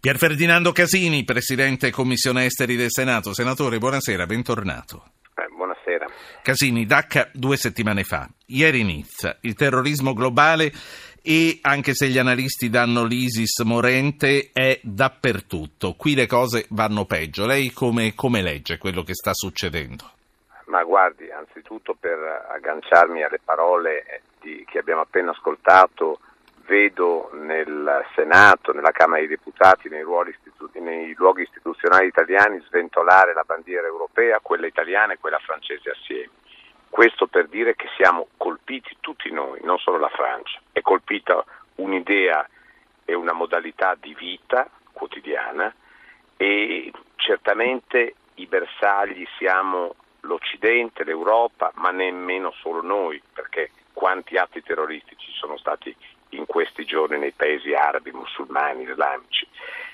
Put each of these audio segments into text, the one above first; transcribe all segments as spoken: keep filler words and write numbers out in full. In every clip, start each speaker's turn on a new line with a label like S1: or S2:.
S1: Pier Ferdinando Casini, Presidente Commissione Esteri del Senato. Senatore, buonasera, bentornato.
S2: Eh, buonasera.
S1: Casini, Dacca due settimane fa. Ieri Nizza, il terrorismo globale e, anche se gli analisti danno l'ISIS morente, è dappertutto. Qui le cose vanno peggio. Lei come, come legge quello che sta succedendo?
S2: Ma guardi, anzitutto per agganciarmi alle parole di, che abbiamo appena ascoltato, vedo nel Senato, nella Camera dei Deputati, nei, ruoli istitu- nei luoghi istituzionali italiani sventolare la bandiera europea, quella italiana e quella francese assieme. Questo per dire che siamo colpiti tutti noi, non solo la Francia. È colpita un'idea e una modalità di vita quotidiana e certamente i bersagli siamo l'Occidente, l'Europa, ma nemmeno solo noi, perché quanti atti terroristici sono stati in questi giorni nei paesi arabi, musulmani, islamici.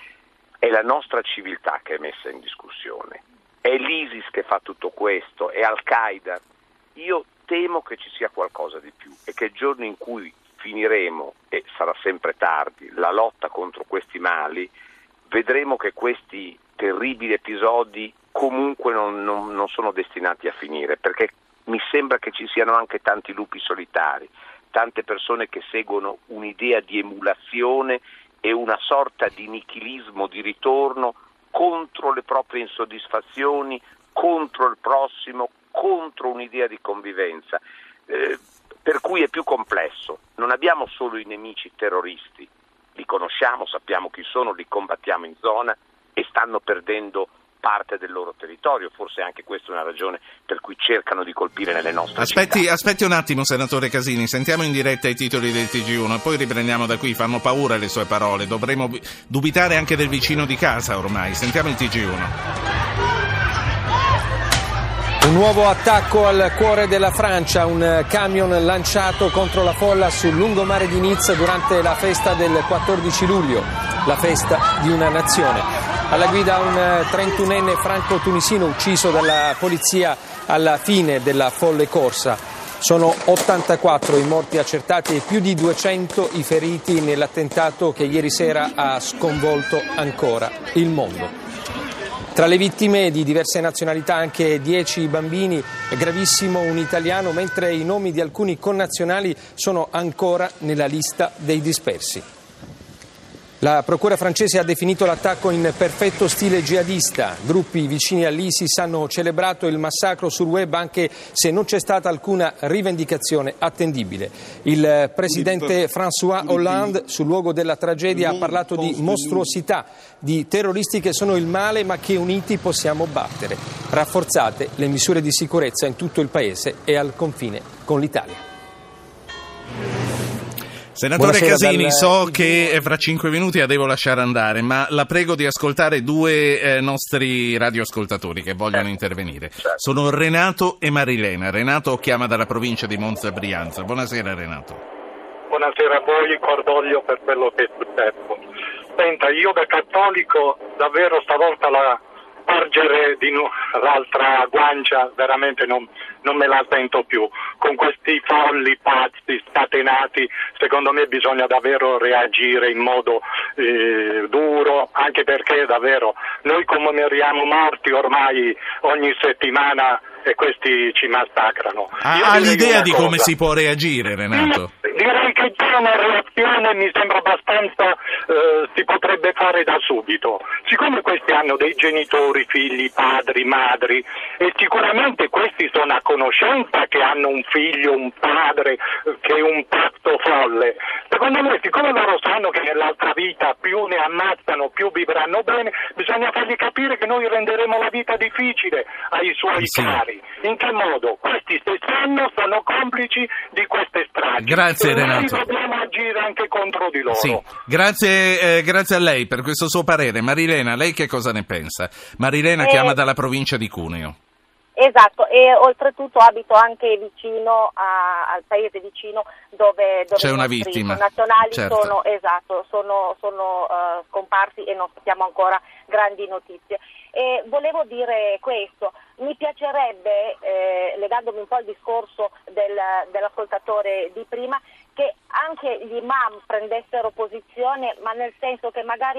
S2: È la nostra civiltà che è messa in discussione. È l'ISIS che fa tutto questo, è Al-Qaeda. Io temo che ci sia qualcosa di più e che il giorno in cui finiremo, e sarà sempre tardi, la lotta contro questi mali, vedremo che questi terribili episodi comunque non, non, non sono destinati a finire, perché mi sembra che ci siano anche tanti lupi solitari, tante persone che seguono un'idea di emulazione e una sorta di nichilismo di ritorno contro le proprie insoddisfazioni, contro il prossimo, contro un'idea di convivenza, eh, per cui è più complesso. Non abbiamo solo i nemici terroristi, li conosciamo, sappiamo chi sono, li combattiamo in zona e stanno perdendo parte del loro territorio, forse anche questa è una ragione per cui cercano di colpire nelle nostre
S1: aspetti,
S2: città.
S1: Aspetti un attimo, senatore Casini, sentiamo in diretta i titoli del T G uno e poi riprendiamo da qui. Fanno paura le sue parole, dovremo dubitare anche del vicino di casa ormai. Sentiamo il T G uno.
S3: Un nuovo attacco al cuore della Francia, un camion lanciato contro la folla sul lungomare di Nizza durante la festa del quattordici luglio, la festa di una nazione. Alla guida un trentunenne franco-tunisino ucciso dalla polizia alla fine della folle corsa. Sono ottantaquattro i morti accertati e più di duecento i feriti nell'attentato che ieri sera ha sconvolto ancora il mondo. Tra le vittime di diverse nazionalità anche dieci bambini, gravissimo un italiano, mentre i nomi di alcuni connazionali sono ancora nella lista dei dispersi. La procura francese ha definito l'attacco in perfetto stile jihadista. Gruppi vicini all'ISIS hanno celebrato il massacro sul web anche se non c'è stata alcuna rivendicazione attendibile. Il presidente François Hollande sul luogo della tragedia ha parlato di mostruosità, di terroristi che sono il male ma che uniti possiamo battere. Rafforzate le misure di sicurezza in tutto il paese e al confine con l'Italia.
S1: Senatore
S3: Buonasera,
S1: Casini,
S3: dal...
S1: so che fra cinque minuti la devo lasciare andare, ma la prego di ascoltare due eh, nostri radioascoltatori che vogliono intervenire. Sono Renato e Marilena. Renato chiama dalla provincia di Monza Brianza. Buonasera Renato.
S4: Buonasera a voi, cordoglio per quello che è successo. Senta, io da cattolico davvero stavolta la porgere di nu- l'altra guancia veramente non, non me la sento più. Con questi folli pazzi scatenati, secondo me bisogna davvero reagire in modo eh, duro, anche perché davvero noi commemoriamo morti ormai ogni settimana e questi ci massacrano.
S1: Ha, ha l'idea di come si può reagire, Renato?
S4: Direi che già una reazione mi sembra abbastanza eh, si potrebbe fare da subito. Siccome questi hanno dei genitori, figli, padri, madri e sicuramente questi sono a conoscenza che hanno un figlio, un padre eh, che è un pazzo folle, secondo me siccome loro sanno che nell'altra vita più ne ammazzano più vivranno bene, bisogna fargli capire che noi renderemo la vita difficile ai suoi
S1: sì.
S4: cari. In che modo? Questi se sanno sono complici di queste stragi.
S1: Grazie
S4: e
S1: Renato.
S4: Noi dobbiamo agire anche contro di loro.
S1: Sì, grazie, eh, grazie a lei per questo suo parere. Marilena, lei che cosa ne pensa? Marilena eh, chiama dalla provincia di Cuneo.
S5: Esatto, e oltretutto abito anche vicino a, al paese vicino dove, dove
S1: c'è una
S5: i nostri
S1: vittima
S5: nazionali
S1: certo.
S5: sono, esatto, sono, sono uh, scomparsi e non sappiamo ancora grandi notizie. E volevo dire questo, mi piacerebbe, eh, legandomi un po' al discorso del, dell'ascoltatore di prima, che anche gli imam prendessero posizione, ma nel senso che magari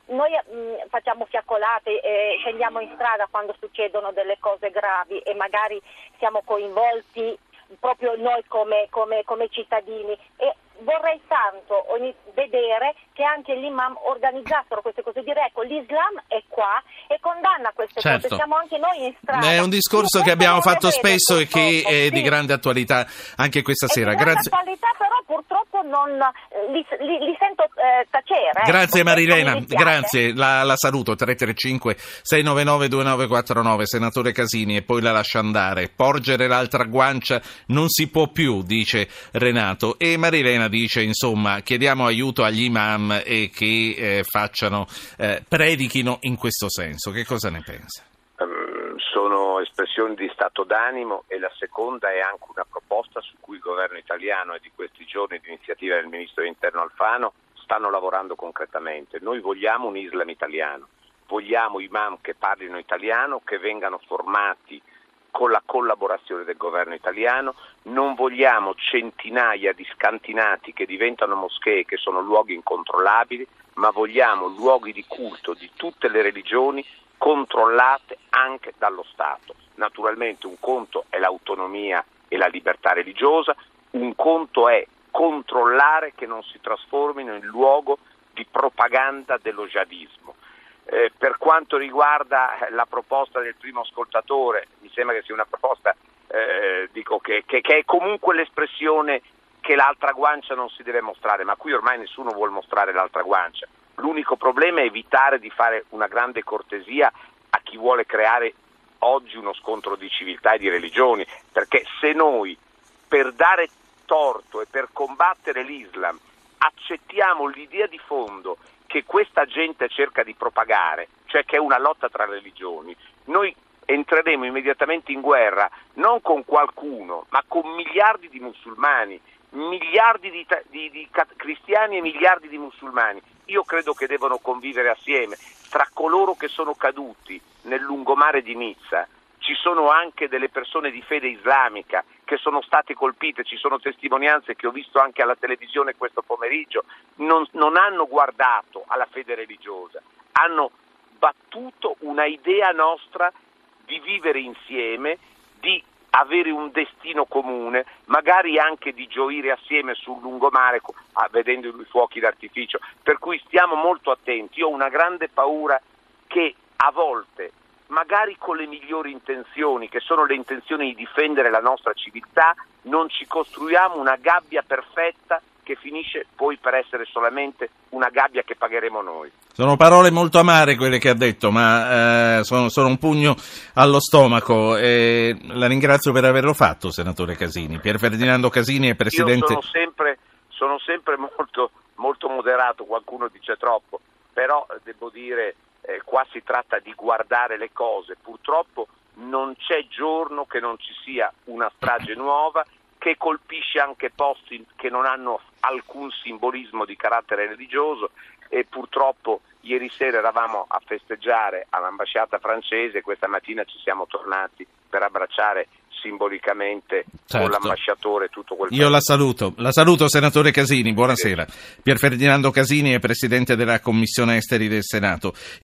S5: noi mh, facciamo fiaccolate, eh, scendiamo in strada quando succedono delle cose gravi e magari siamo coinvolti proprio noi come, come, come cittadini, e vorrei tanto ogni, vedere che anche l'imam organizzassero queste cose, dire ecco l'Islam è qua e condanna queste
S1: certo.
S5: cose, siamo anche noi in strada.
S1: È un discorso
S5: sì,
S1: che abbiamo fatto
S5: vede,
S1: spesso e che è
S5: sì.
S1: di grande attualità anche questa
S5: è
S1: sera.
S5: Di grande
S1: Grazie.
S5: attualità, però purtroppo non li, li, li sento eh, tacere.
S1: Grazie
S5: ecco,
S1: Marilena, grazie, la, la saluto. Tre tre cinque sei nove nove due nove quattro nove, senatore Casini, e poi la lascia andare. Porgere l'altra guancia non si può più, dice Renato, e Marilena dice insomma chiediamo aiuto agli imam e che eh, facciano, eh, predichino in questo senso. Che cosa ne pensa?
S2: Um, sono espressioni di stato d'animo, e la seconda è anche una proposta su cui il governo italiano e di questi giorni di iniziativa del ministro dell'interno Alfano stanno lavorando concretamente. Noi vogliamo un Islam italiano, vogliamo imam che parlino italiano, che vengano formati con la collaborazione del governo italiano, non vogliamo centinaia di scantinati che diventano moschee, che sono luoghi incontrollabili, ma vogliamo luoghi di culto di tutte le religioni controllate anche dallo Stato. Naturalmente un conto è l'autonomia e la libertà religiosa, un conto è controllare che non si trasformino in luogo di propaganda dello jihadismo. Eh, per quanto riguarda la proposta del primo ascoltatore, mi sembra che sia una proposta eh, dico che, che, che è comunque l'espressione che l'altra guancia non si deve mostrare, ma qui ormai nessuno vuol mostrare l'altra guancia. L'unico problema è evitare di fare una grande cortesia a chi vuole creare oggi uno scontro di civiltà e di religioni, perché se noi per dare torto e per combattere l'Islam accettiamo l'idea di fondo che questa gente cerca di propagare, cioè che è una lotta tra religioni, noi entreremo immediatamente in guerra non con qualcuno, ma con miliardi di musulmani, miliardi di, di, di cristiani e miliardi di musulmani. Io credo che devono convivere assieme. Tra coloro che sono caduti nel lungomare di Nizza ci sono anche delle persone di fede islamica che sono state colpite, ci sono testimonianze che ho visto anche alla televisione questo pomeriggio, non, non hanno guardato alla fede religiosa, hanno battuto una idea nostra di vivere insieme, di avere un destino comune, magari anche di gioire assieme sul lungomare vedendo i fuochi d'artificio, per cui stiamo molto attenti. Io ho una grande paura che a volte, magari con le migliori intenzioni, che sono le intenzioni di difendere la nostra civiltà, non ci costruiamo una gabbia perfetta che finisce poi per essere solamente una gabbia che pagheremo noi.
S1: Sono parole molto amare quelle che ha detto, ma eh, sono, sono un pugno allo stomaco. E la ringrazio per averlo fatto, senatore Casini. Pier Ferdinando Casini è presidente...
S2: Io sono sempre, sono sempre molto, molto moderato, qualcuno dice troppo, però devo dire... Eh, qua si tratta di guardare le cose. Purtroppo non c'è giorno che non ci sia una strage nuova che colpisce anche posti che non hanno alcun simbolismo di carattere religioso, e purtroppo ieri sera eravamo a festeggiare all'ambasciata francese, questa mattina ci siamo tornati per abbracciare simbolicamente certo. con l'ambasciatore tutto quel
S1: Io la saluto, la saluto senatore Casini, buonasera. Pier Ferdinando Casini è presidente della Commissione Esteri del Senato.